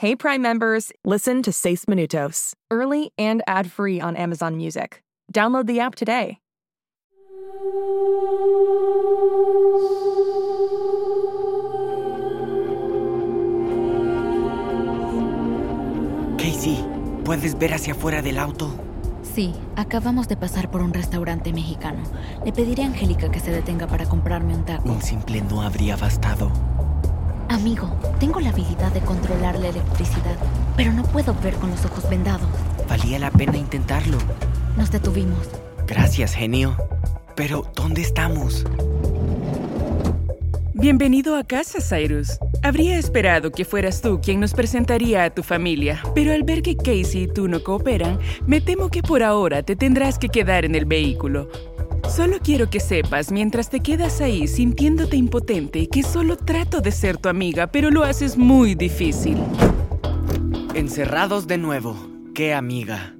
Hey Prime members, listen to 6 Minutos, early and ad-free on Amazon Music. Download the app today. Casey, ¿puedes ver hacia afuera del auto? Sí, acabamos de pasar por un restaurante mexicano. Le pediré a Angélica que se detenga para comprarme un taco. Un simple no habría bastado. Amigo, tengo la habilidad de controlar la electricidad, pero no puedo ver con los ojos vendados. Valía la pena intentarlo. Nos detuvimos. Gracias, genio. Pero, ¿dónde estamos? Bienvenido a casa, Cyrus. Habría esperado que fueras tú quien nos presentaría a tu familia, pero al ver que Casey y tú no cooperan, me temo que por ahora te tendrás que quedar en el vehículo. Solo quiero que sepas, mientras te quedas ahí sintiéndote impotente, que solo trato de ser tu amiga, pero lo haces muy difícil. Encerrados de nuevo. ¡Qué amiga!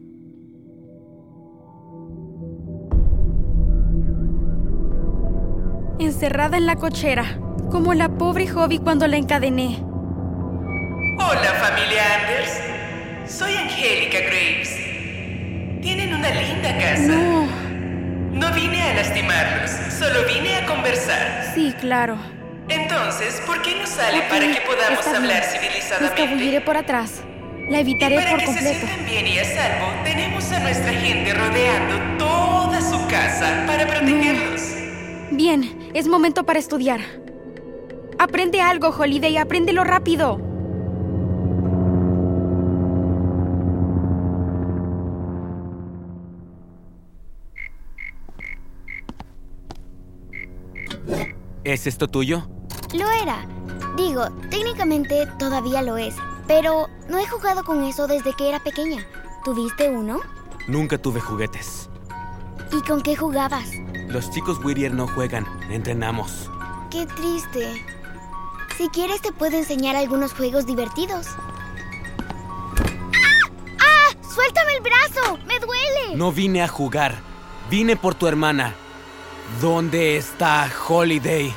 Encerrada en la cochera, como la pobre Hobby cuando la encadené. Hola, familia Anders. Soy Angélica Graves. Tienen una linda casa. No vine a lastimarlos, solo vine a conversar. Sí, claro. Entonces, ¿por qué no sale para que podamos hablar civilizadamente? Me escabulliré por atrás. La evitaré por completo. Para que se sientan bien y a salvo, tenemos a nuestra gente rodeando toda su casa para protegerlos. Bien, es momento para estudiar. Aprende algo, Holiday, apréndelo rápido. ¿Es esto tuyo? Lo era. Digo, técnicamente todavía lo es, pero no he jugado con eso desde que era pequeña. ¿Tuviste uno? Nunca tuve juguetes. ¿Y con qué jugabas? Los chicos Whittier no juegan, entrenamos. Qué triste. Si quieres te puedo enseñar algunos juegos divertidos. ¡Ah! ¡Suéltame el brazo! ¡Me duele! No vine a jugar. Vine por tu hermana. ¿Dónde está Holiday?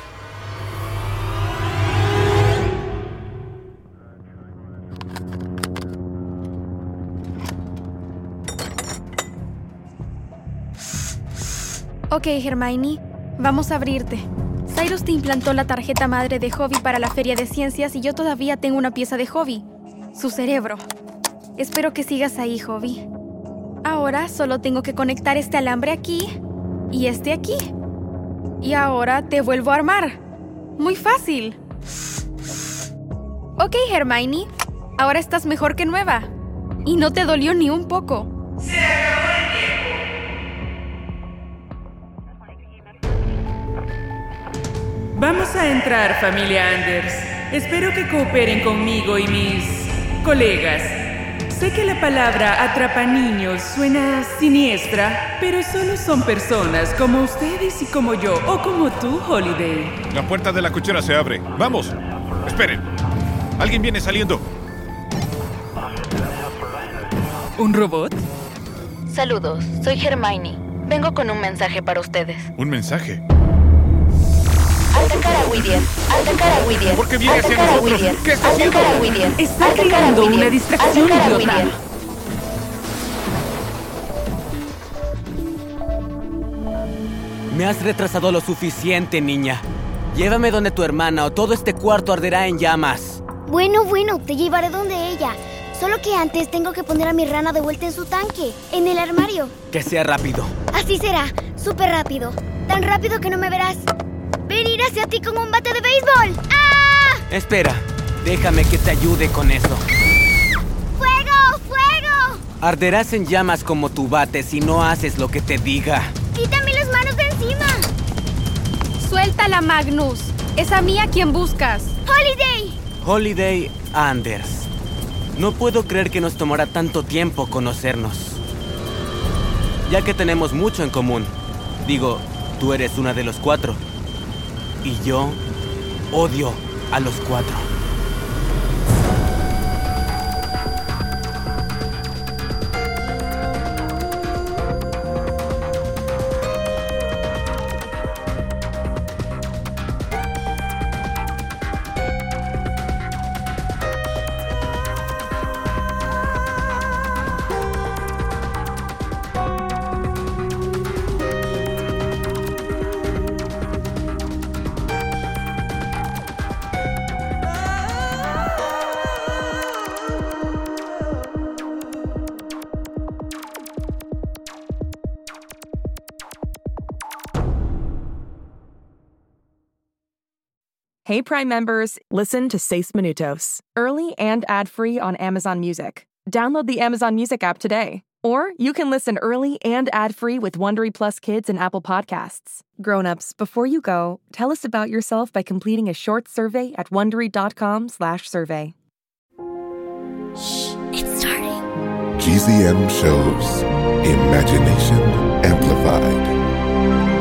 Ok, Hermione, vamos a abrirte. Cyrus te implantó la tarjeta madre de Hobby para la feria de ciencias y yo todavía tengo una pieza de Hobby, su cerebro. Espero que sigas ahí, Hobby. Ahora solo tengo que conectar este alambre aquí y este aquí. Y ahora te vuelvo a armar. Muy fácil. Ok, Hermione, ahora estás mejor que nueva. Y no te dolió ni un poco. ¡Se acabó el tiempo! Vamos a entrar, familia Anders. Espero que cooperen conmigo y mis colegas. Sé que la palabra atrapaniños suena siniestra, pero solo son personas como ustedes y como yo, o como tú, Holiday. La puerta de la cochera se abre. ¡Vamos! ¡Esperen! ¡Alguien viene saliendo! ¿Un robot? Saludos, soy Hermione. Vengo con un mensaje para ustedes. ¿Un mensaje? Atacar a Whittier. Atacar a Whittier. ¿Por qué viene hacia nosotros? ¿Qué está haciendo? Atacar a Whittier. Está creando una distracción, idiota. Me has retrasado lo suficiente, niña. Llévame donde tu hermana o todo este cuarto arderá en llamas. Bueno, te llevaré donde ella. Solo que antes tengo que poner a mi rana de vuelta en su tanque, en el armario. Que sea rápido. Así será, súper rápido. Tan rápido que no me verás. Venir hacia ti con un bate de béisbol. ¡Ah! Espera, déjame que te ayude con eso. ¡Fuego! ¡Fuego! Arderás en llamas como tu bate si no haces lo que te diga. ¡Quítame las manos de encima! Suéltala, Magnus. Es a mí a quien buscas. ¡Holiday! Holiday Anders. No puedo creer que nos tomará tanto tiempo conocernos. Ya que tenemos mucho en común. Digo, tú eres una de los 4. Y yo odio a los 4. Hey Prime members, listen to 6 Minutos, early and ad-free on Amazon Music. Download the Amazon Music app today. Or you can listen early and ad-free with Wondery Plus Kids and Apple Podcasts. Grown-ups, before you go, tell us about yourself by completing a short survey at Wondery.com/survey. Shh, it's starting. GZM shows Imagination Amplified.